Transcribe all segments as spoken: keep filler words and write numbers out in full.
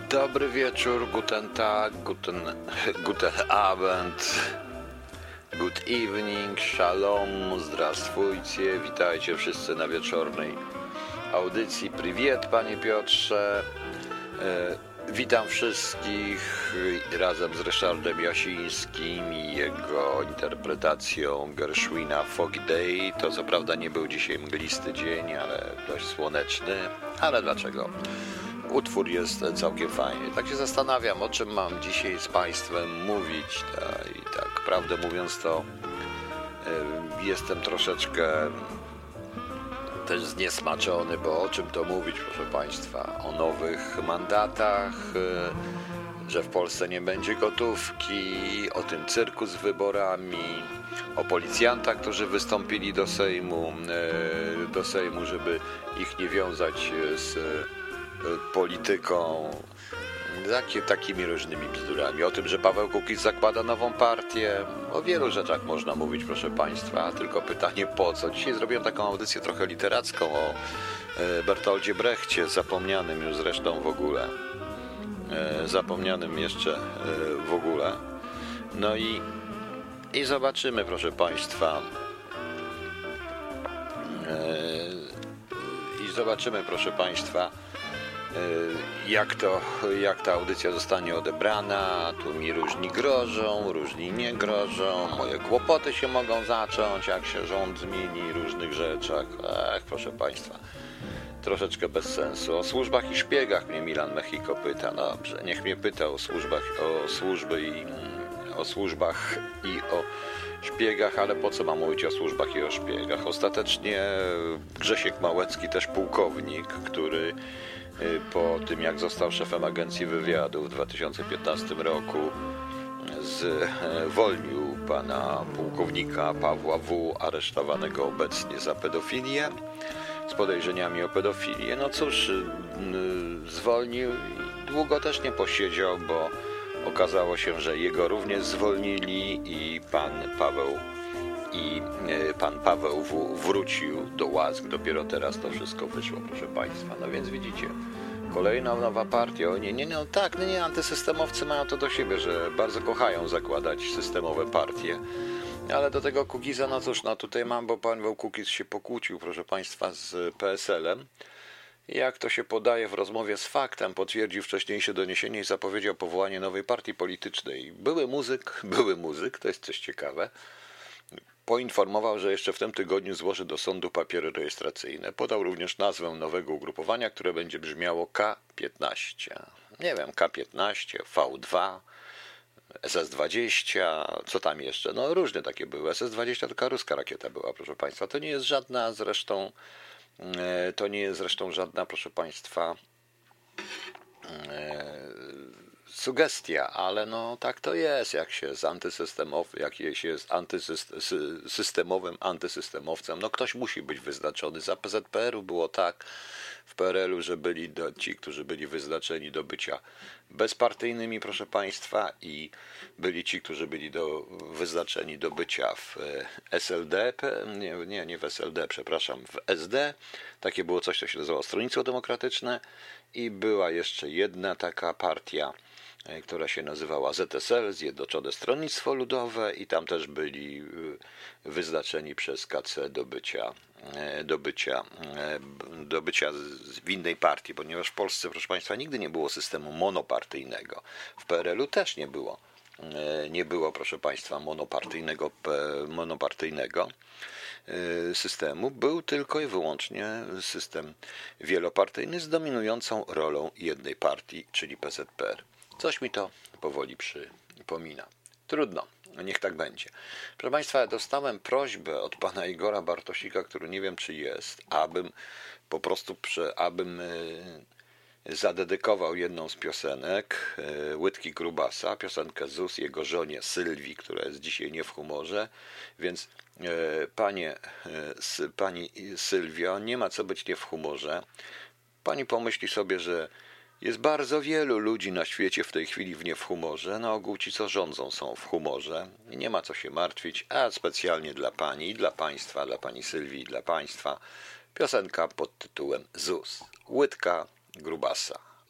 Dobry wieczór, guten Tag, guten, guten Abend, good evening, shalom, zdrastwujcie, witajcie wszyscy na wieczornej audycji. Priwiet, panie Piotrze. E, witam wszystkich razem z Ryszardem Jasińskim i jego interpretacją Gershwina Foggy Day. To co prawda nie był dzisiaj mglisty dzień, ale dość słoneczny, ale dlaczego? Utwór jest całkiem fajny. Tak się zastanawiam, o czym mam dzisiaj z państwem mówić. I tak prawdę mówiąc to y, jestem troszeczkę też zniesmaczony, bo o czym to mówić, proszę państwa? O nowych mandatach, y, że w Polsce nie będzie gotówki, o tym cyrku z wyborami, o policjantach, którzy wystąpili do Sejmu, y, do Sejmu, żeby ich nie wiązać z polityką, taki, takimi różnymi bzdurami. O tym, że Paweł Kukiz zakłada nową partię. O wielu rzeczach można mówić, proszę państwa, tylko pytanie po co. Dzisiaj zrobiłem taką audycję trochę literacką o Bertoldzie Brechcie, zapomnianym już zresztą w ogóle. Zapomnianym jeszcze w ogóle. No i, i zobaczymy, proszę państwa. I zobaczymy, proszę państwa, jak to, jak ta audycja zostanie odebrana. Tu mi różni grożą, różni nie grożą. Moje kłopoty się mogą zacząć, jak się rząd zmieni, różnych rzeczach. Ech, proszę państwa, troszeczkę bez sensu. O służbach i szpiegach mnie Milan Mexico pyta. No dobrze, niech mnie pyta o służbach, o służby i o służbach i o szpiegach, ale po co mam mówić o służbach i o szpiegach? Ostatecznie Grzesiek Małecki, też pułkownik, który po tym jak został szefem Agencji Wywiadu w dwa tysiące piętnastym roku, zwolnił pana pułkownika Pawła W., aresztowanego obecnie za pedofilię, z podejrzeniami o pedofilię. No cóż, zwolnił i długo też nie posiedział, bo okazało się, że jego również zwolnili i pan Paweł i pan Paweł W. wrócił do łask. Dopiero teraz to wszystko wyszło, proszę państwa. No więc widzicie, kolejna nowa partia. O nie, nie, no tak, nie, nie, antysystemowcy mają to do siebie, że bardzo kochają zakładać systemowe partie. Ale do tego Kukiza, no cóż, no tutaj mam, bo pan Kukiz się pokłócił, proszę państwa, z P S L-em. Jak to się podaje w rozmowie z Faktem, potwierdził wcześniejsze doniesienie i zapowiedział powołanie nowej partii politycznej. Były muzyk, były muzyk, to jest coś ciekawe. Poinformował, że jeszcze w tym tygodniu złoży do sądu papiery rejestracyjne. Podał również nazwę nowego ugrupowania, które będzie brzmiało K piętnaście. Nie wiem, K piętnaście, V dwa, S S dwadzieścia, co tam jeszcze? No różne takie były. S S dwadzieścia to taka ruska rakieta była, proszę państwa. To nie jest żadna zresztą, to nie jest zresztą żadna, proszę państwa, sugestia, ale no tak to jest, jak się z antysystemowym, jak się jest antysystemowym antysystemowcem, no ktoś musi być wyznaczony. Za P Z P R u było tak, w P R L u, że byli do, ci, którzy byli wyznaczeni do bycia bezpartyjnymi, proszę państwa, i byli ci, którzy byli do, wyznaczeni do bycia w S L D, nie, nie, nie w S L D, przepraszam, w S D. Takie było coś, co się nazywało Stronnictwo Demokratyczne i była jeszcze jedna taka partia, która się nazywała Z S L, Zjednoczone Stronnictwo Ludowe, i tam też byli wyznaczeni przez K C do bycia, do bycia, do bycia w innej partii, ponieważ w Polsce, proszę państwa, nigdy nie było systemu monopartyjnego. W P R L u też nie było. Nie było, proszę państwa, monopartyjnego, monopartyjnego systemu. Był tylko i wyłącznie system wielopartyjny z dominującą rolą jednej partii, czyli P Z P R. Coś mi to powoli przypomina. Trudno, niech tak będzie. Proszę państwa, dostałem prośbę od pana Igora Bartosika, który nie wiem czy jest, abym po prostu, abym zadedykował jedną z piosenek Łydki Grubasa, piosenkę Z U S jego żonie Sylwii, która jest dzisiaj nie w humorze, więc panie, pani Sylwio, nie ma co być nie w humorze. Pani pomyśli sobie, że jest bardzo wielu ludzi na świecie w tej chwili w nie w humorze. Na ogół ci, co rządzą, są w humorze. I nie ma co się martwić, a specjalnie dla pani i dla państwa, dla pani Sylwii i dla państwa, piosenka pod tytułem Z U S. Łydka Grubasa.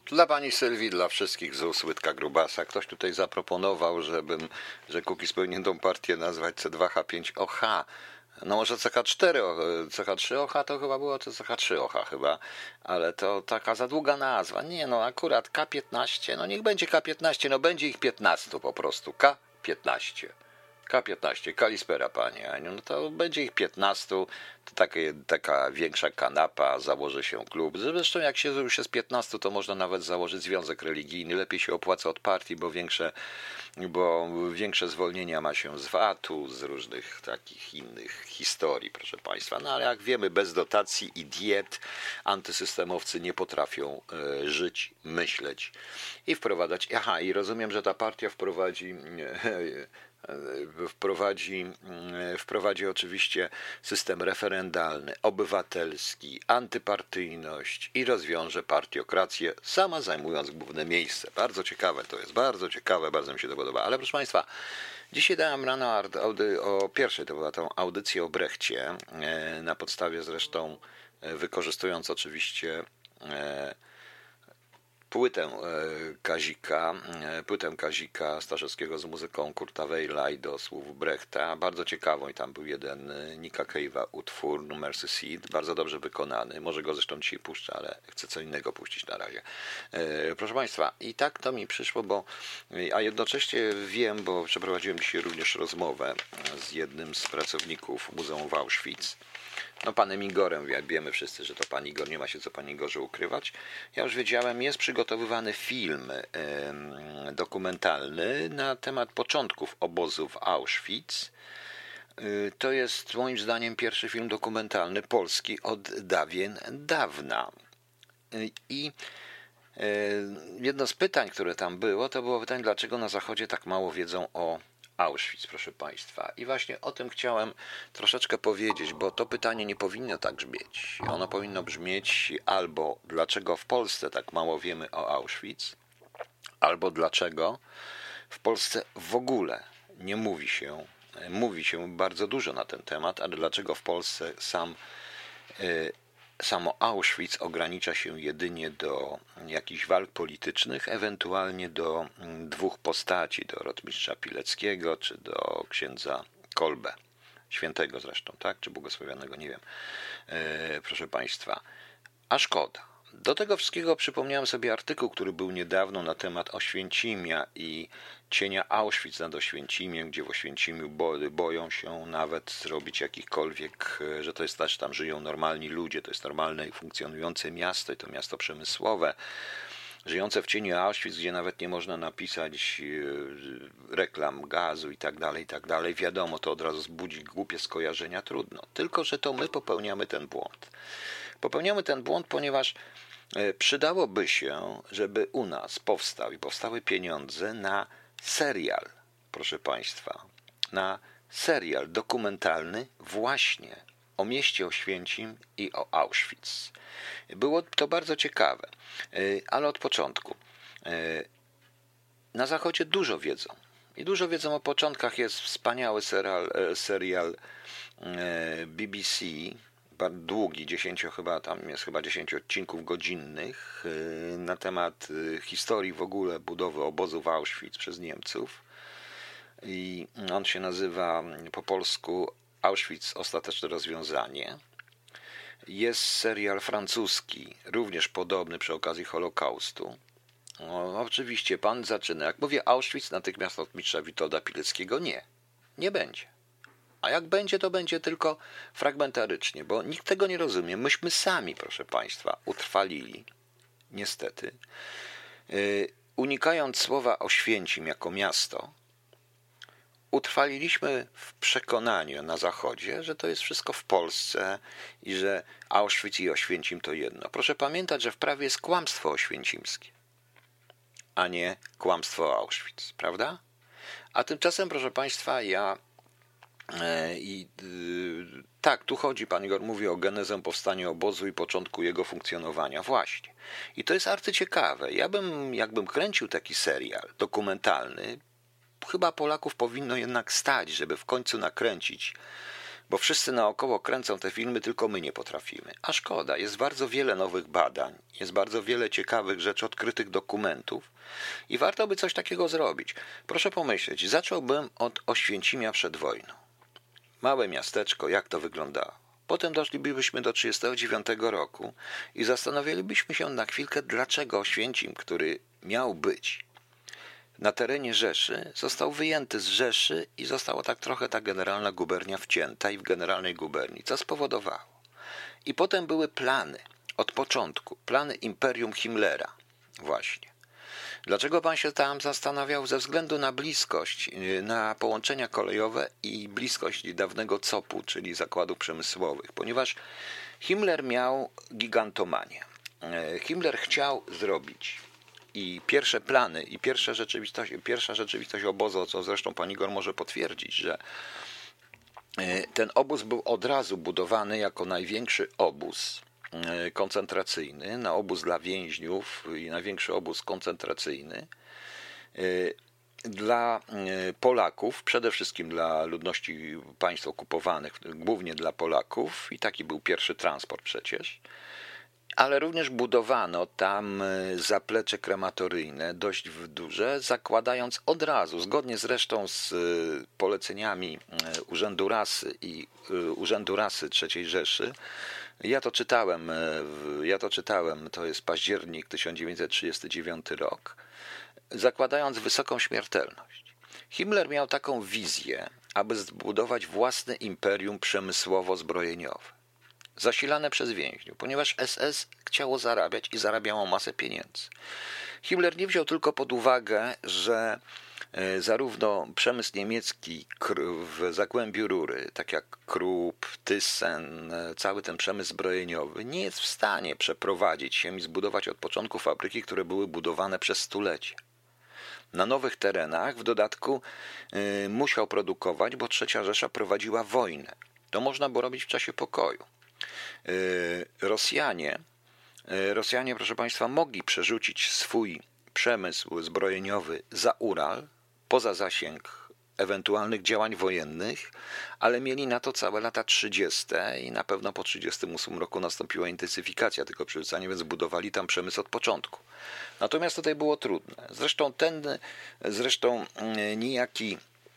Dla pani Sylwii, dla wszystkich z ust Łydka Grubasa. Ktoś tutaj zaproponował, żebym, że Kukiz powinien tą partię nazwać C dwa H pięć O H. No może C H cztery, C H trzy O H to chyba było, to C H trzy O H chyba, ale to taka za długa nazwa. Nie no, akurat K piętnaście, no niech będzie K piętnaście, no będzie ich piętnaście po prostu, K piętnaście. K piętnaście, Kalispera panie Aniu, no to będzie ich piętnaście, to takie, taka większa kanapa, założy się klub. Zresztą jak się już jest piętnaście, to można nawet założyć związek religijny, lepiej się opłaca od partii, bo większe, bo większe zwolnienia ma się z V A T-u, z różnych takich innych historii, proszę państwa. No ale jak wiemy, bez dotacji i diet antysystemowcy nie potrafią e, żyć, myśleć i wprowadzać. Aha, i rozumiem, że ta partia wprowadzi e, Wprowadzi, wprowadzi oczywiście system referendalny, obywatelski, antypartyjność i rozwiąże partiokrację, sama zajmując główne miejsce. Bardzo ciekawe to jest, bardzo ciekawe, bardzo mi się to podoba. Ale proszę państwa, dzisiaj dałem rano audy, o pierwszej, to była tą audycję o Brechcie, na podstawie zresztą, wykorzystując oczywiście płytę Kazika, płytę Kazika Staszewskiego z muzyką Kurta Weila i do słów Brechta, bardzo ciekawą, i tam był jeden Nicka Cave'a utwór Mercy Seat, bardzo dobrze wykonany, może go zresztą dzisiaj puszczę, ale chcę co innego puścić na razie. Proszę państwa, i tak to mi przyszło, bo, a jednocześnie wiem, bo przeprowadziłem dzisiaj również rozmowę z jednym z pracowników Muzeum w Auschwitz, no panem Igorem, wiemy wszyscy, że to pan Igor, nie ma się co pan Igorze ukrywać. Ja już wiedziałem, jest przygotowywany film y, dokumentalny na temat początków obozu w Auschwitz. Y, to jest moim zdaniem pierwszy film dokumentalny polski od dawien dawna. Y, I y, jedno z pytań, które tam było, to było pytanie, dlaczego na Zachodzie tak mało wiedzą o Auschwitz, proszę państwa. I właśnie o tym chciałem troszeczkę powiedzieć, bo to pytanie nie powinno tak brzmieć. Ono powinno brzmieć albo dlaczego w Polsce tak mało wiemy o Auschwitz, albo dlaczego w Polsce w ogóle nie mówi się, mówi się bardzo dużo na ten temat, ale dlaczego w Polsce sam Samo Auschwitz ogranicza się jedynie do jakichś walk politycznych, ewentualnie do dwóch postaci, do rotmistrza Pileckiego czy do księdza Kolbe, świętego zresztą, tak, czy błogosławionego, nie wiem, e, proszę państwa, a szkoda. Do tego wszystkiego przypomniałem sobie artykuł, który był niedawno na temat Oświęcimia i cienia Auschwitz nad Oświęcimiem, gdzie w Oświęcimiu boją się nawet zrobić jakichkolwiek, że to jest też, tam żyją normalni ludzie, to jest normalne i funkcjonujące miasto i to miasto przemysłowe, żyjące w cieniu Auschwitz, gdzie nawet nie można napisać reklam gazu i tak dalej, i tak dalej. Wiadomo, to od razu zbudzi głupie skojarzenia, trudno. Tylko że to my popełniamy ten błąd. Popełniamy ten błąd, ponieważ przydałoby się, żeby u nas powstał i powstały pieniądze na serial, proszę państwa, na serial dokumentalny właśnie o mieście Oświęcim i o Auschwitz. Było to bardzo ciekawe, ale od początku. Na Zachodzie dużo wiedzą i dużo wiedzą o początkach. Jest wspaniały serial, serial B B C, bardzo długi, dziesięcio chyba, tam jest chyba dziesięć odcinków godzinnych na temat historii w ogóle budowy obozu w Auschwitz przez Niemców. I on się nazywa po polsku Auschwitz Ostateczne Rozwiązanie. Jest serial francuski, również podobny przy okazji Holokaustu. No, oczywiście pan zaczyna, jak mówię Auschwitz, natychmiast od mistrza Witolda Pileckiego nie, nie będzie. A jak będzie, to będzie tylko fragmentarycznie, bo nikt tego nie rozumie. Myśmy sami, proszę państwa, utrwalili, niestety, yy, unikając słowa Oświęcim jako miasto, utrwaliliśmy w przekonaniu na Zachodzie, że to jest wszystko w Polsce i że Auschwitz i Oświęcim to jedno. Proszę pamiętać, że w prawie jest kłamstwo oświęcimskie, a nie kłamstwo Auschwitz, prawda? A tymczasem, proszę państwa, ja I yy, tak, tu chodzi, pan Igor mówi o genezę powstania obozu i początku jego funkcjonowania. Właśnie. I to jest arcyciekawe. Ja bym, jakbym kręcił taki serial dokumentalny, chyba Polaków powinno jednak stać, żeby w końcu nakręcić, bo wszyscy naokoło kręcą te filmy, tylko my nie potrafimy. A szkoda, jest bardzo wiele nowych badań, jest bardzo wiele ciekawych rzeczy, odkrytych dokumentów i warto by coś takiego zrobić. Proszę pomyśleć, zacząłbym od Oświęcimia przed wojną. Małe miasteczko, jak to wyglądało. Potem doszlibyśmy do trzydziestego dziewiątego roku i zastanowilibyśmy się na chwilkę, dlaczego Oświęcim, który miał być na terenie Rzeszy, został wyjęty z Rzeszy i została tak trochę ta generalna gubernia wcięta i w generalnej guberni, co spowodowało. I potem były plany, od początku, plany Imperium Himmlera właśnie. Dlaczego pan się tam zastanawiał? Ze względu na bliskość, na połączenia kolejowe i bliskość dawnego C O P-u, czyli zakładów przemysłowych, ponieważ Himmler miał gigantomanię. Himmler chciał zrobić i pierwsze plany, i pierwsza rzeczywistość, pierwsza rzeczywistość obozu, co zresztą pan Igor może potwierdzić, że ten obóz był od razu budowany jako największy obóz koncentracyjny, na obóz dla więźniów i największy obóz koncentracyjny dla Polaków, przede wszystkim dla ludności państw okupowanych, głównie dla Polaków i taki był pierwszy transport przecież, ale również budowano tam zaplecze krematoryjne dość duże, zakładając od razu, zgodnie zresztą z poleceniami Urzędu Rasy i Urzędu Rasy trzeciej Rzeszy. Ja to czytałem, ja to czytałem, to jest październik tysiąc dziewięćset trzydziesty dziewiąty rok, zakładając wysoką śmiertelność. Himmler miał taką wizję, aby zbudować własne imperium przemysłowo-zbrojeniowe, zasilane przez więźniów, ponieważ S S chciało zarabiać i zarabiało masę pieniędzy. Himmler nie wziął tylko pod uwagę, że zarówno przemysł niemiecki w Zagłębiu Rury, tak jak Krupp, Thyssen, cały ten przemysł zbrojeniowy nie jest w stanie przeprowadzić się i zbudować od początku fabryki, które były budowane przez stulecie. Na nowych terenach w dodatku y, musiał produkować, bo trzecia Rzesza prowadziła wojnę. To można było robić w czasie pokoju. Y, Rosjanie, y, Rosjanie, proszę państwa, mogli przerzucić swój przemysł zbrojeniowy za Ural, poza zasięg ewentualnych działań wojennych, ale mieli na to całe lata trzydzieste i na pewno po trzydziestym ósmym roku nastąpiła intensyfikacja tego przerzucania, więc budowali tam przemysł od początku. Natomiast tutaj było trudne. Zresztą ten, zresztą niejaki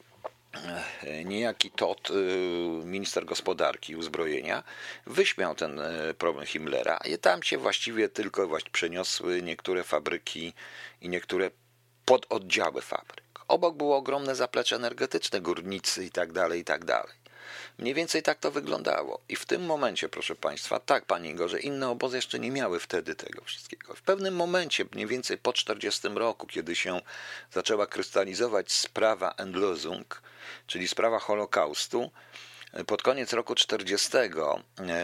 niejaki Todt, minister gospodarki i uzbrojenia, wyśmiał ten problem Himmlera i tam się właściwie tylko właśnie przeniosły niektóre fabryki i niektóre pododdziały fabryk. Obok było ogromne zaplecze energetyczne, górnicy i tak dalej, i tak dalej. Mniej więcej tak to wyglądało. I w tym momencie, proszę państwa, tak, panie Igorze, inne obozy jeszcze nie miały wtedy tego wszystkiego. W pewnym momencie, mniej więcej po czterdziestym roku, kiedy się zaczęła krystalizować sprawa Endlösung, czyli sprawa Holokaustu, pod koniec roku czterdziestego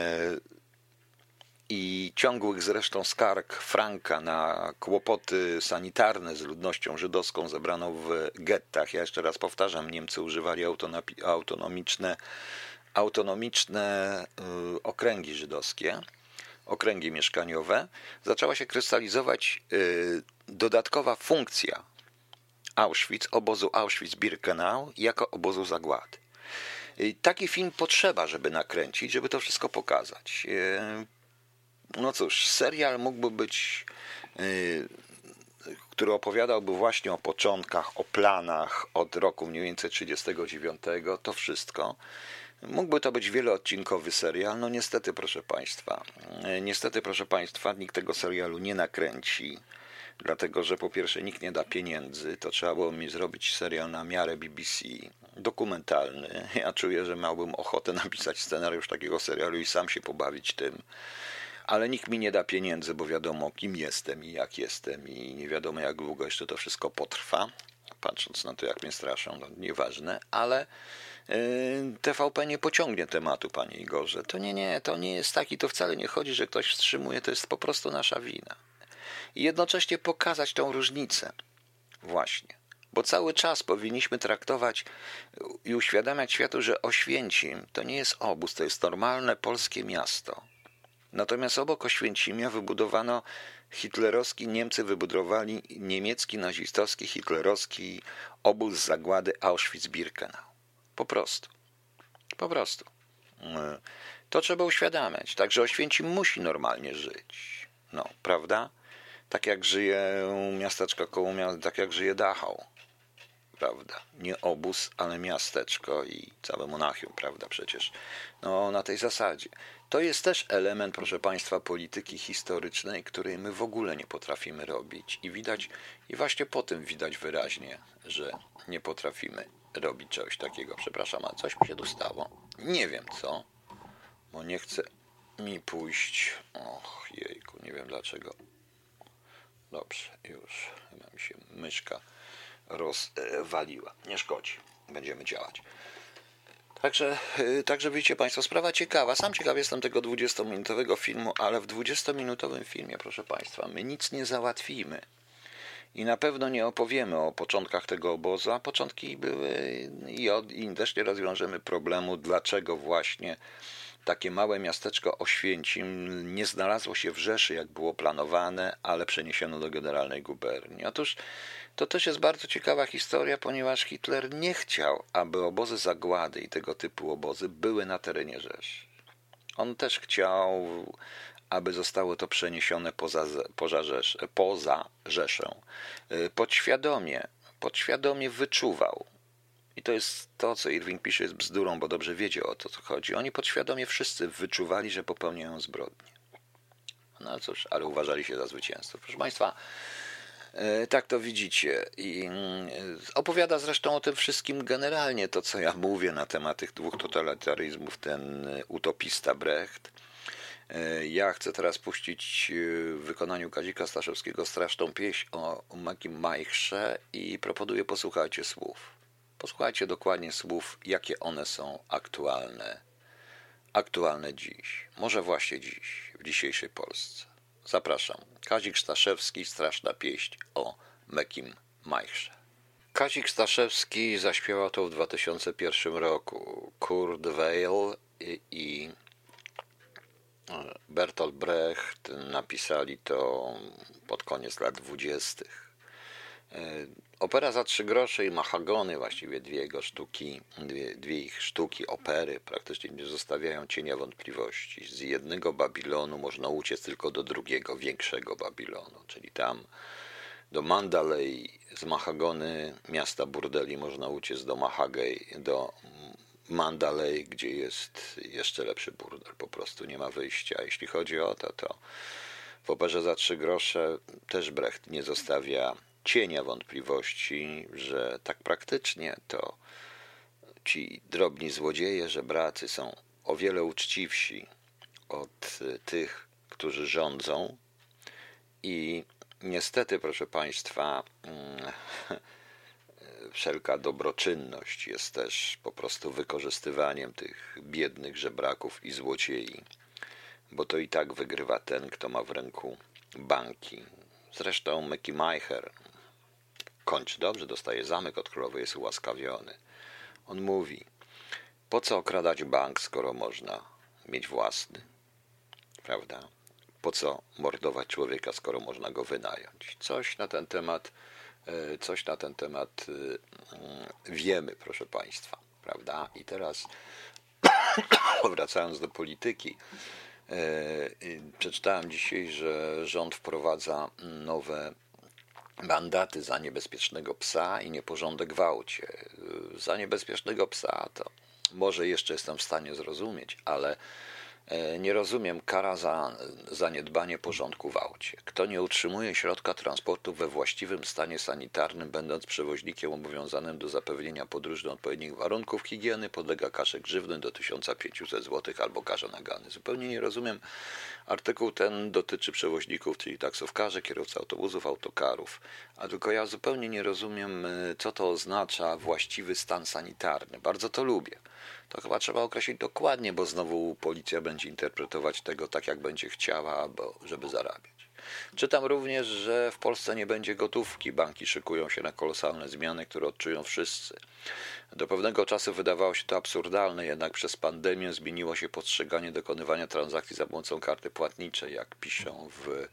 i ciągłych zresztą skarg Franka na kłopoty sanitarne z ludnością żydowską zebraną w gettach. Ja jeszcze raz powtarzam, Niemcy używali autonomiczne, autonomiczne okręgi żydowskie, okręgi mieszkaniowe. Zaczęła się krystalizować dodatkowa funkcja Auschwitz, obozu Auschwitz-Birkenau jako obozu zagłady. Taki film potrzeba, żeby nakręcić, żeby to wszystko pokazać. No cóż, serial mógłby być, yy, który opowiadałby właśnie o początkach, o planach od roku mniej więcej trzydziestego dziewiątego, to wszystko. Mógłby to być wieloodcinkowy serial, no niestety proszę państwa, yy, niestety proszę państwa, nikt tego serialu nie nakręci, dlatego że po pierwsze nikt nie da pieniędzy, to trzeba było mi zrobić serial na miarę B B C, dokumentalny. Ja czuję, że miałbym ochotę napisać scenariusz takiego serialu i sam się pobawić tym. Ale nikt mi nie da pieniędzy, bo wiadomo, kim jestem i jak jestem i nie wiadomo, jak długo jeszcze to wszystko potrwa, patrząc na to, jak mnie straszą, no nieważne, ale yy, T V P nie pociągnie tematu, panie Igorze. To nie, nie, to nie jest tak i to wcale nie chodzi, że ktoś wstrzymuje, to jest po prostu nasza wina. I jednocześnie pokazać tą różnicę właśnie, bo cały czas powinniśmy traktować i uświadamiać światu, że Oświęcim to nie jest obóz, to jest normalne polskie miasto. Natomiast obok Oświęcimia wybudowano hitlerowski, Niemcy wybudowali niemiecki, nazistowski, hitlerowski obóz zagłady Auschwitz-Birkenau. Po prostu. Po prostu. To trzeba uświadamiać. Także Oświęcim musi normalnie żyć. No, prawda? Tak jak żyje miasteczko koło miasta, tak jak żyje Dachau. Prawda? Nie obóz, ale miasteczko i całe Monachium, prawda? Przecież no, na tej zasadzie. To jest też element, proszę Państwa, polityki historycznej, której my w ogóle nie potrafimy robić. I widać, i właśnie po tym widać wyraźnie, że nie potrafimy robić czegoś takiego. Przepraszam, a coś mi się tu stało. Nie wiem co, bo nie chce mi pójść. Och, jejku, nie wiem dlaczego. Dobrze, już chyba mi się myszka rozwaliła. Nie szkodzi. Będziemy działać. Także, także widzicie Państwo, sprawa ciekawa. Sam ciekaw jestem tego dwudziestominutowego filmu, ale w dwudziestominutowym filmie, proszę Państwa, my nic nie załatwimy. I na pewno nie opowiemy o początkach tego obozu, a początki były i, od, i też nie rozwiążemy problemu, dlaczego właśnie takie małe miasteczko Oświęcim nie znalazło się w Rzeszy, jak było planowane, ale przeniesiono do Generalnej Guberni. Otóż to też jest bardzo ciekawa historia, ponieważ Hitler nie chciał, aby obozy zagłady i tego typu obozy były na terenie Rzeszy. On też chciał, aby zostało to przeniesione poza, poza, Rzesz, poza Rzeszę. Podświadomie, podświadomie wyczuwał. I to jest to, co Irving pisze, jest bzdurą, bo dobrze wiedział o to, co chodzi. Oni podświadomie wszyscy wyczuwali, że popełniają zbrodnię. No cóż, ale uważali się za zwycięzców. Proszę Państwa, tak to widzicie. I opowiada zresztą o tym wszystkim generalnie to, co ja mówię na temat tych dwóch totalitaryzmów, ten utopista Brecht. Ja chcę teraz puścić w wykonaniu Kazika Staszewskiego straszną pieśń o Mekim Majchrze i proponuję, posłuchajcie słów. Posłuchajcie dokładnie słów, jakie one są aktualne, aktualne dziś. Może właśnie dziś, w dzisiejszej Polsce. Zapraszam. Kazik Staszewski, straszna pieśń o Mekim Majchrze. Kazik Staszewski zaśpiewał to w dwa tysiące pierwszym roku. Kurt Weill i, i Bertolt Brecht napisali to pod koniec lat dwudziestych. Opera za trzy grosze i Mahagony, właściwie dwie jego sztuki, dwie, dwie ich sztuki, opery, praktycznie nie zostawiają cienia wątpliwości. Z jednego Babilonu można uciec tylko do drugiego, większego Babilonu, czyli tam do Mandalay, z Mahagony, miasta burdeli, można uciec do Mahagej, do Mandalay, gdzie jest jeszcze lepszy burdel, po prostu nie ma wyjścia. Jeśli chodzi o to, to w operze za trzy grosze też Brecht nie zostawia cienia wątpliwości, że tak praktycznie to ci drobni złodzieje, żebracy są o wiele uczciwsi od tych, którzy rządzą i niestety, proszę Państwa, wszelka dobroczynność jest też po prostu wykorzystywaniem tych biednych żebraków i złodziei, bo to i tak wygrywa ten, kto ma w ręku banki. Zresztą Meki Majcher kończy dobrze, dostaje zamek od królowej, jest ułaskawiony. On mówi, po co okradać bank, skoro można mieć własny, prawda? Po co mordować człowieka, skoro można go wynająć? Coś na ten temat, coś na ten temat wiemy, proszę Państwa, prawda? I teraz wracając do polityki, przeczytałem dzisiaj, że rząd wprowadza nowe mandaty za niebezpiecznego psa i nieporządek w aucie. Za niebezpiecznego psa to może jeszcze jestem w stanie zrozumieć, ale nie rozumiem kara za zaniedbanie porządku w aucie. Kto nie utrzymuje środka transportu we właściwym stanie sanitarnym, będąc przewoźnikiem obowiązanym do zapewnienia podróżnym odpowiednich warunków higieny, podlega karze grzywny do tysiąc pięćset złotych albo karze nagany. Zupełnie nie rozumiem. Artykuł ten dotyczy przewoźników, czyli taksówkarzy, kierowcy autobusów, autokarów. A tylko ja zupełnie nie rozumiem, co to oznacza właściwy stan sanitarny. Bardzo to lubię. To chyba trzeba określić dokładnie, bo znowu policja będzie interpretować tego tak, jak będzie chciała, bo żeby zarabiać. Czytam również, że w Polsce nie będzie gotówki. Banki szykują się na kolosalne zmiany, które odczują wszyscy. Do pewnego czasu wydawało się to absurdalne, jednak przez pandemię zmieniło się postrzeganie dokonywania transakcji za pomocą karty płatniczej, jak piszą w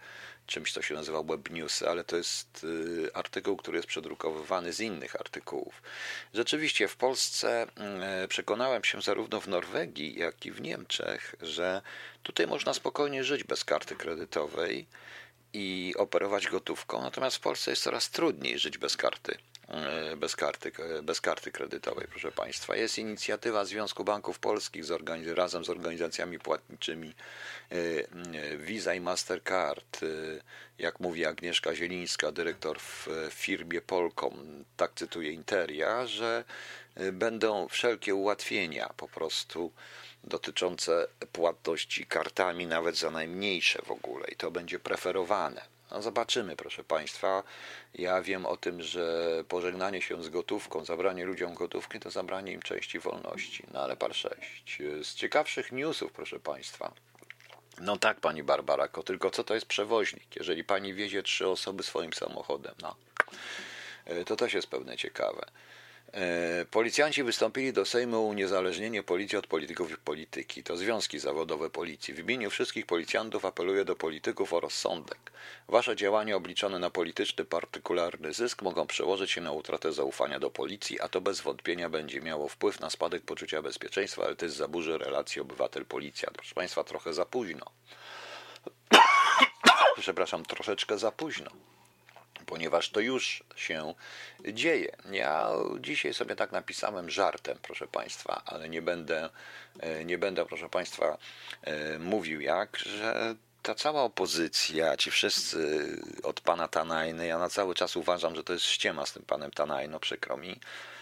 czymś, co się nazywa Web Newsy, ale to jest artykuł, który jest przedrukowywany z innych artykułów. Rzeczywiście w Polsce przekonałem się zarówno w Norwegii, jak i w Niemczech, że tutaj można spokojnie żyć bez karty kredytowej i operować gotówką, natomiast w Polsce jest coraz trudniej żyć bez karty. Bez karty, bez karty kredytowej, proszę Państwa. Jest inicjatywa Związku Banków Polskich z organiz- razem z organizacjami płatniczymi Visa i Mastercard, jak mówi Agnieszka Zielińska, dyrektor w firmie Polkom, tak cytuję Interia, że będą wszelkie ułatwienia po prostu dotyczące płatności kartami, nawet za najmniejsze w ogóle, i to będzie preferowane. No zobaczymy, proszę Państwa. Ja wiem o tym, że pożegnanie się z gotówką, zabranie ludziom gotówki, to zabranie im części wolności. No ale par sześć. Z ciekawszych newsów, proszę Państwa. No tak, Pani Barbarako, tylko co to jest przewoźnik? Jeżeli Pani wiezie trzy osoby swoim samochodem, no, to też jest pewne ciekawe. Policjanci wystąpili do Sejmu o uniezależnienie policji od polityków i polityki. To związki zawodowe policji. W imieniu wszystkich policjantów apeluję do polityków o rozsądek. Wasze działania obliczone na polityczny, partykularny zysk mogą przełożyć się na utratę zaufania do policji, a to bez wątpienia będzie miało wpływ na spadek poczucia bezpieczeństwa, ale też zaburzy relacje obywatel-policjant. Proszę Państwa, trochę za późno. Przepraszam, troszeczkę za późno, ponieważ to już się dzieje. Ja dzisiaj sobie tak napisałem żartem, proszę Państwa, ale nie będę, nie będę, proszę Państwa, mówił jak, że ta cała opozycja, ci wszyscy od pana Tanajny, ja na cały czas uważam, że to jest ściema z tym panem Tanajno, przykro mi,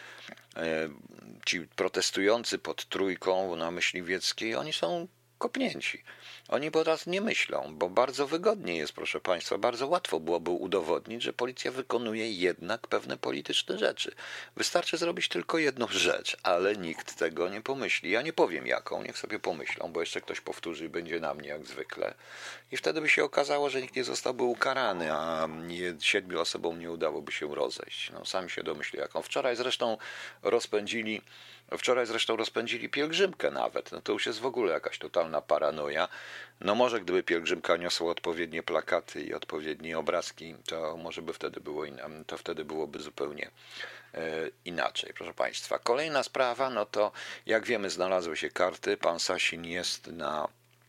ci protestujący pod Trójką na Myśliwieckiej, oni są kopnięci. Oni po raz nie myślą, bo bardzo wygodnie jest, proszę Państwa, bardzo łatwo byłoby udowodnić, że policja wykonuje jednak pewne polityczne rzeczy. Wystarczy zrobić tylko jedną rzecz, ale nikt tego nie pomyśli. Ja nie powiem jaką, niech sobie pomyślą, bo jeszcze ktoś powtórzy i będzie na mnie jak zwykle. I wtedy by się okazało, że nikt nie zostałby ukarany, a nie, siedmiu osobom nie udałoby się rozejść. No, sami się domyśli jaką. Wczoraj zresztą rozpędzili Wczoraj zresztą rozpędzili pielgrzymkę nawet. No to już jest w ogóle jakaś totalna paranoja. No może gdyby pielgrzymka niosła odpowiednie plakaty i odpowiednie obrazki, to może by wtedy było inna, to wtedy byłoby zupełnie e, inaczej, proszę Państwa. Kolejna sprawa, no to jak wiemy, znalazły się karty. Pan Sasin jest na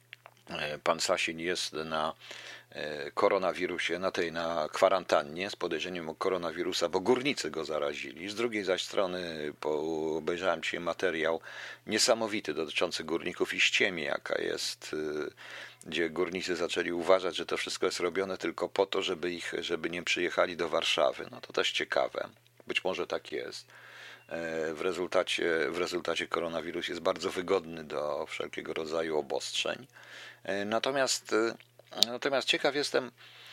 e, pan Sasin jest na koronawirusie, na tej na kwarantannie z podejrzeniem o koronawirusa, bo górnicy go zarazili. Z drugiej zaś strony obejrzałem dzisiaj materiał niesamowity dotyczący górników i ściemy, jaka jest, gdzie górnicy zaczęli uważać, że to wszystko jest robione tylko po to, żeby ich, żeby nie przyjechali do Warszawy. No to też ciekawe. Być może tak jest. W rezultacie, w rezultacie koronawirus jest bardzo wygodny do wszelkiego rodzaju obostrzeń. Natomiast Natomiast ciekaw jestem,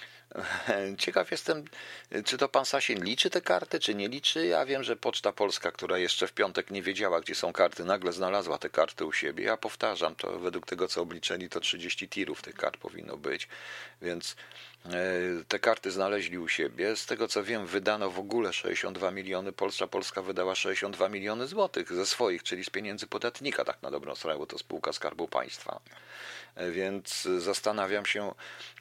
ciekaw jestem, czy to pan Sasin liczy te karty, czy nie liczy. Ja wiem, że Poczta Polska, która jeszcze w piątek nie wiedziała, gdzie są karty, nagle znalazła te karty u siebie. Ja powtarzam, to według tego, co obliczyli, to trzydzieści tirów tych kart powinno być, więc te karty znaleźli u siebie. Z tego, co wiem, wydano w ogóle sześćdziesiąt dwa miliony, Poczta Polska wydała sześćdziesiąt dwa miliony złotych ze swoich, czyli z pieniędzy podatnika, tak na dobrą sprawę, bo to spółka Skarbu Państwa. Więc zastanawiam się,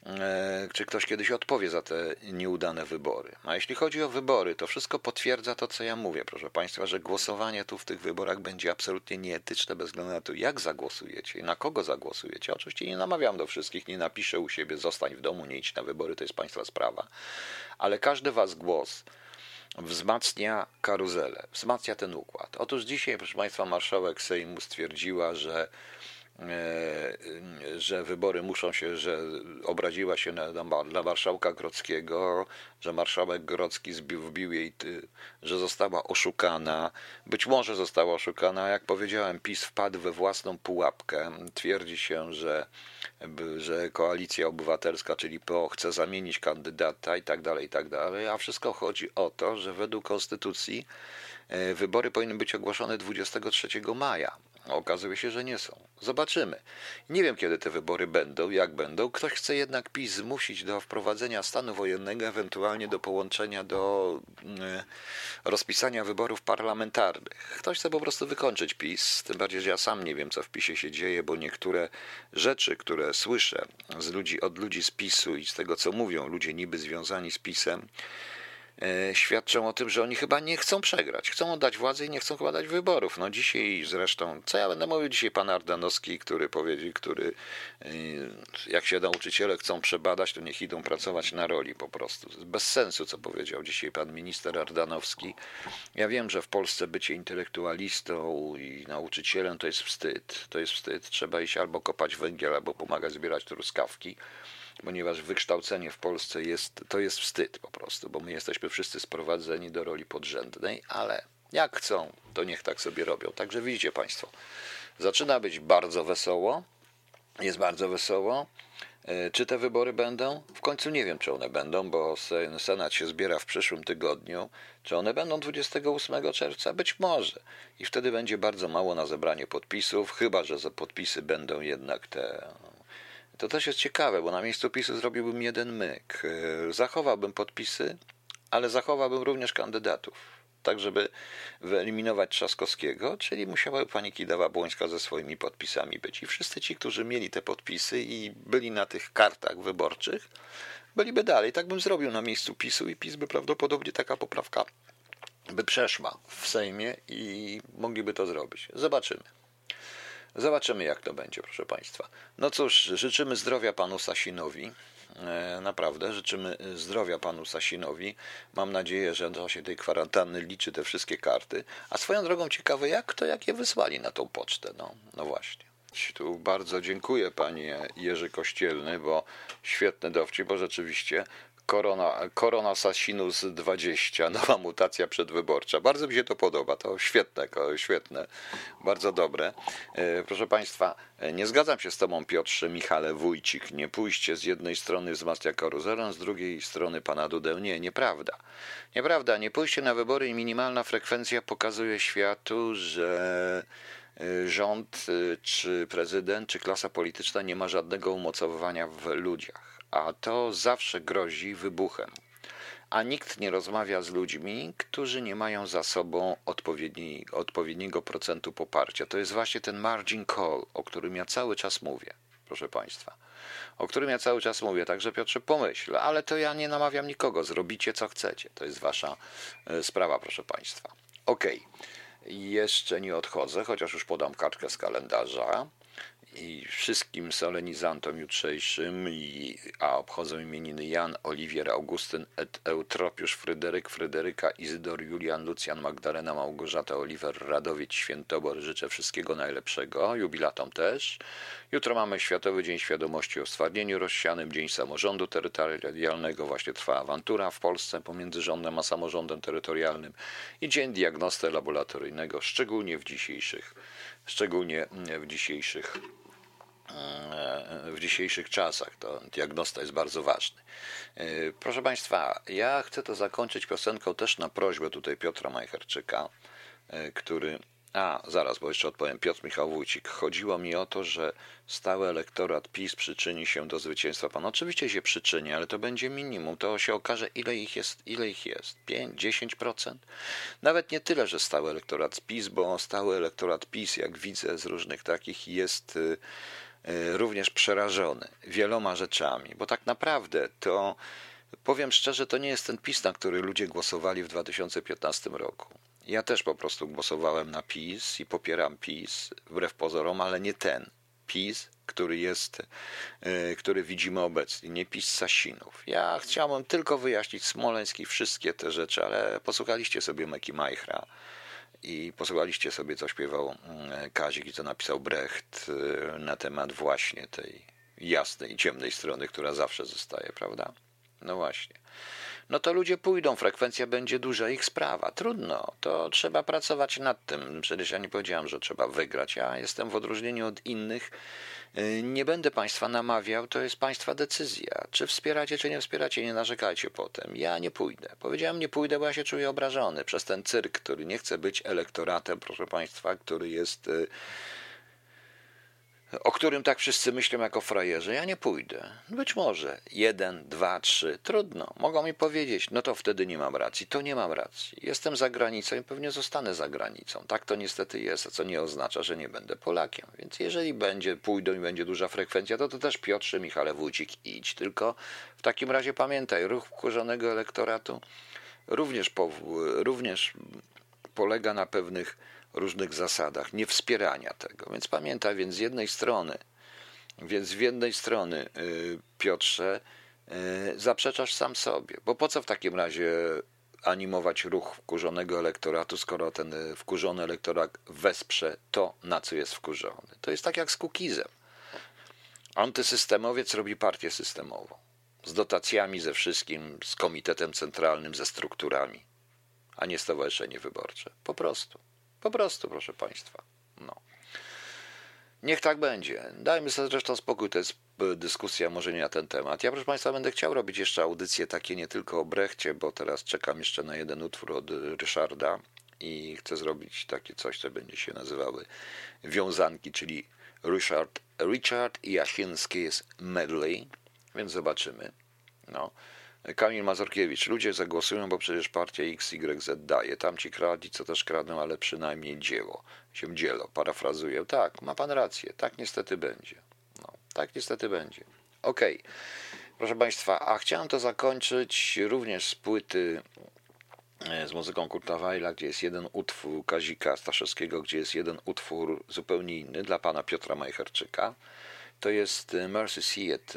czy ktoś kiedyś odpowie za te nieudane wybory. A jeśli chodzi o wybory, to wszystko potwierdza to, co ja mówię, proszę Państwa, że głosowanie tu w tych wyborach będzie absolutnie nieetyczne bez względu na to, jak zagłosujecie i na kogo zagłosujecie. Oczywiście nie namawiam do wszystkich, nie napiszę u siebie, zostań w domu, nie idź na wybory, to jest Państwa sprawa. Ale każdy Was głos wzmacnia karuzelę, wzmacnia ten układ. Otóż dzisiaj, proszę Państwa, marszałek Sejmu stwierdziła, że że wybory muszą się, że obraziła się na, na marszałka Grodzkiego, że marszałek Grodzki zbił, wbił jej, że została oszukana. Być może została oszukana, jak powiedziałem, PiS wpadł we własną pułapkę. Twierdzi się, że, że Koalicja Obywatelska, czyli P O, chce zamienić kandydata i tak dalej, i tak dalej, a wszystko chodzi o to, że według konstytucji wybory powinny być ogłoszone dwudziestego trzeciego maja. A okazuje się, że nie są. Zobaczymy. Nie wiem, kiedy te wybory będą, jak będą. Ktoś chce jednak PiS zmusić do wprowadzenia stanu wojennego, ewentualnie do połączenia, do y, rozpisania wyborów parlamentarnych. Ktoś chce po prostu wykończyć PiS, tym bardziej, że ja sam nie wiem, co w PiSie się dzieje, bo niektóre rzeczy, które słyszę z ludzi, od ludzi z PiSu i z tego, co mówią ludzie niby związani z PiSem, świadczą o tym, że oni chyba nie chcą przegrać. Chcą oddać władzę i nie chcą chyba dać wyborów. No dzisiaj zresztą, co ja będę mówił dzisiaj, pan Ardanowski, który powiedział, który jak się nauczyciele chcą przebadać, to niech idą pracować na roli po prostu. Bez sensu, co powiedział dzisiaj pan minister Ardanowski. Ja wiem, że w Polsce bycie intelektualistą i nauczycielem to jest wstyd. To jest wstyd. Trzeba iść albo kopać węgiel, albo pomagać zbierać truskawki. Ponieważ wykształcenie w Polsce jest, to jest wstyd po prostu, bo my jesteśmy wszyscy sprowadzeni do roli podrzędnej, ale jak chcą, to niech tak sobie robią. Także widzicie Państwo, zaczyna być bardzo wesoło, jest bardzo wesoło. Czy te wybory będą? W końcu nie wiem, czy one będą, bo Senat się zbiera w przyszłym tygodniu. Czy one będą dwudziestego ósmego czerwca? Być może. I wtedy będzie bardzo mało na zebranie podpisów, chyba że podpisy będą jednak te... To też jest ciekawe, bo na miejscu PiSu zrobiłbym jeden myk. Zachowałbym podpisy, ale zachowałbym również kandydatów. Tak, żeby wyeliminować Trzaskowskiego, czyli musiałaby pani Kidawa-Błońska ze swoimi podpisami być. I wszyscy ci, którzy mieli te podpisy i byli na tych kartach wyborczych, byliby dalej. Tak bym zrobił na miejscu PiSu i PiS by prawdopodobnie taka poprawka by przeszła w Sejmie i mogliby to zrobić. Zobaczymy. Zobaczymy, jak to będzie, proszę Państwa. No cóż, życzymy zdrowia panu Sasinowi. E, naprawdę, życzymy zdrowia panu Sasinowi. Mam nadzieję, że w czasie tej kwarantanny liczy te wszystkie karty. A swoją drogą ciekawe, jak to, jak je wysłali na tą pocztę. No, no właśnie. Tu bardzo dziękuję panie Jerzy Kościelny, bo świetny dowcip, bo rzeczywiście Korona, Korona Sasinus dwadzieścia, nowa mutacja przedwyborcza. Bardzo mi się to podoba, to świetne, świetne, bardzo dobre. Proszę Państwa, nie zgadzam się z Tobą, Piotrze Michale Wójcik. Nie pójście z jednej strony wzmacnia karuzelę, z drugiej strony pana Dudę. Nie, nieprawda. Nieprawda, nie pójście na wybory i minimalna frekwencja pokazuje światu, że rząd, czy prezydent, czy klasa polityczna nie ma żadnego umocowywania w ludziach. A to zawsze grozi wybuchem. A nikt nie rozmawia z ludźmi, którzy nie mają za sobą odpowiedni, odpowiedniego procentu poparcia. To jest właśnie ten margin call, o którym ja cały czas mówię, proszę Państwa. O którym ja cały czas mówię, także Piotrze, pomyśl, ale to ja nie namawiam nikogo, zrobicie co chcecie. To jest wasza sprawa, proszę Państwa. Okej, jeszcze nie odchodzę, chociaż już podam kartkę z kalendarza. I wszystkim solenizantom jutrzejszym, i, a obchodzą imieniny Jan, Oliwier, Augustyn, Eutropiusz, Fryderyk, Fryderyka, Izydor, Julian, Lucjan, Magdalena, Małgorzata, Oliwer, Radowiec, Świętobor. Życzę wszystkiego najlepszego, jubilatom też. Jutro mamy Światowy Dzień Świadomości o Stwardnieniu Rozsianym, Dzień Samorządu Terytorialnego, właśnie trwa awantura w Polsce pomiędzy rządem a samorządem terytorialnym i Dzień Diagnosty Laboratoryjnego, szczególnie w dzisiejszych, szczególnie w dzisiejszych w dzisiejszych czasach. To diagnosta jest bardzo ważny. Proszę Państwa, ja chcę to zakończyć piosenką też na prośbę tutaj Piotra Majcherczyka, który... A, zaraz, bo jeszcze odpowiem. Piotr Michał Wójcik. Chodziło mi o to, że stały elektorat PiS przyczyni się do zwycięstwa Pana. Oczywiście się przyczyni, ale to będzie minimum. To się okaże, ile ich jest. Ile ich jest? pięć, dziesięć procent? Nawet nie tyle, że stały elektorat PiS, bo stały elektorat PiS, jak widzę z różnych takich, jest również przerażony wieloma rzeczami, bo tak naprawdę to, powiem szczerze, to nie jest ten PiS, na który ludzie głosowali w dwa tysiące piętnastym roku. Ja też po prostu głosowałem na PiS i popieram PiS, wbrew pozorom, ale nie ten PiS, który jest, który widzimy obecnie, nie PiS Sasinów. Ja chciałem tylko wyjaśnić Smoleńsk i wszystkie te rzeczy, ale posłuchaliście sobie Meki Majchra i posłuchaliście sobie, co śpiewał Kazik i co napisał Brecht na temat właśnie tej jasnej i ciemnej strony, która zawsze zostaje, prawda? No właśnie. no to ludzie pójdą, frekwencja będzie duża, ich sprawa. Trudno, to trzeba pracować nad tym. Przecież ja nie powiedziałem, że trzeba wygrać. Ja jestem w odróżnieniu od innych. Nie będę Państwa namawiał, to jest Państwa decyzja. Czy wspieracie, czy nie wspieracie, nie narzekajcie potem. Ja nie pójdę. Powiedziałem, nie pójdę, bo ja się czuję obrażony przez ten cyrk, który nie chce być elektoratem, proszę Państwa, który jest... o którym tak wszyscy myślą jako frajerze, ja nie pójdę. Być może jeden, dwa, trzy, trudno. Mogą mi powiedzieć, no to wtedy nie mam racji. To nie mam racji. Jestem za granicą i pewnie zostanę za granicą. Tak to niestety jest, a co nie oznacza, że nie będę Polakiem. Więc jeżeli będzie, pójdą i będzie duża frekwencja, to to też Piotrze, Michale Wójcik, idź. Tylko w takim razie pamiętaj, ruch wkurzonego elektoratu również, po, również polega na pewnych różnych zasadach, nie wspierania tego. Więc pamiętaj, więc z jednej strony, więc z jednej strony, Piotrze, zaprzeczasz sam sobie, bo po co w takim razie animować ruch wkurzonego elektoratu, skoro ten wkurzony elektorat wesprze to, na co jest wkurzony. To jest tak jak z Kukizem. Antysystemowiec robi partię systemową. Z dotacjami, ze wszystkim, z komitetem centralnym, ze strukturami, a nie stowarzyszenie wyborcze. Po prostu. Po prostu, proszę Państwa. No. Niech tak będzie. Dajmy sobie zresztą spokój, to jest dyskusja może nie na ten temat. Ja, proszę Państwa, będę chciał robić jeszcze audycje takie nie tylko o Brechcie, bo teraz czekam jeszcze na jeden utwór od Ryszarda i chcę zrobić takie coś, co będzie się nazywały wiązanki, czyli Richard, Richard i Jasiński jest medley, więc zobaczymy. No. Kamil Mazurkiewicz. Ludzie zagłosują, bo przecież partia X Y Z daje. Tamci kradli, co też kradną, ale przynajmniej dzieło. Się dzielo. Parafrazuję. Tak, ma pan rację. Tak niestety będzie. No, tak niestety będzie. Okej. Okay. Proszę Państwa, a chciałem to zakończyć również z płyty z muzyką Kurta Weila, gdzie jest jeden utwór Kazika Staszewskiego, gdzie jest jeden utwór zupełnie inny dla pana Piotra Majcherczyka. To jest Mercy Seat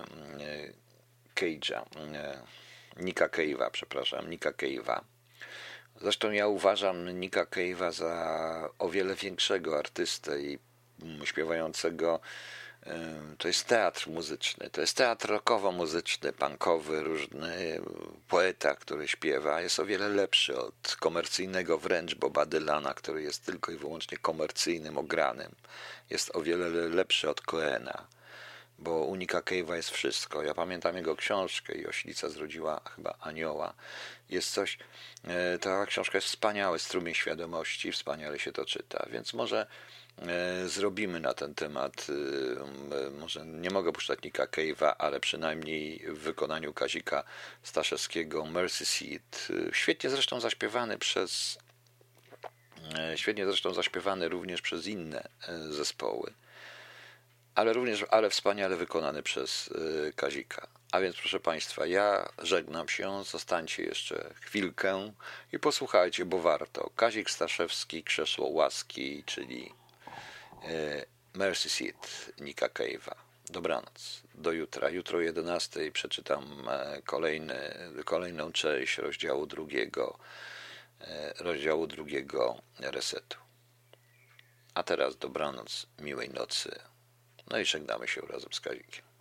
Cage'a, Nicka Cave'a, przepraszam, Nicka Cave'a. Zresztą ja uważam Nicka Cave'a za o wiele większego artystę i śpiewającego. To jest teatr muzyczny, to jest teatr rockowo-muzyczny, punkowy, różny poeta, który śpiewa, jest o wiele lepszy od komercyjnego wręcz Boba Dylana, który jest tylko i wyłącznie komercyjnym, ogranym. Jest o wiele lepszy od Cohena, bo u Nicka Cave'a jest wszystko. Ja pamiętam jego książkę i Oślica zrodziła chyba anioła. Jest coś, ta książka jest wspaniała, strumień świadomości, wspaniale się to czyta, więc może zrobimy na ten temat, może nie mogę puszczać Nicka Cave'a, ale przynajmniej w wykonaniu Kazika Staszewskiego Mercy Seat, świetnie zresztą zaśpiewany przez, świetnie zresztą zaśpiewany również przez inne zespoły, ale również, ale wspaniale wykonany przez Kazika. A więc proszę Państwa, ja żegnam się, zostańcie jeszcze chwilkę i posłuchajcie, bo warto. Kazik Staszewski, Krzesło łaski, czyli Mercy Seat Nicka Cave'a. Dobranoc. Do jutra. Jutro o jedenastej przeczytam kolejny, kolejną część rozdziału drugiego, rozdziału drugiego Resetu. A teraz dobranoc, miłej nocy. No i żegnamy się razem z Kazikiem.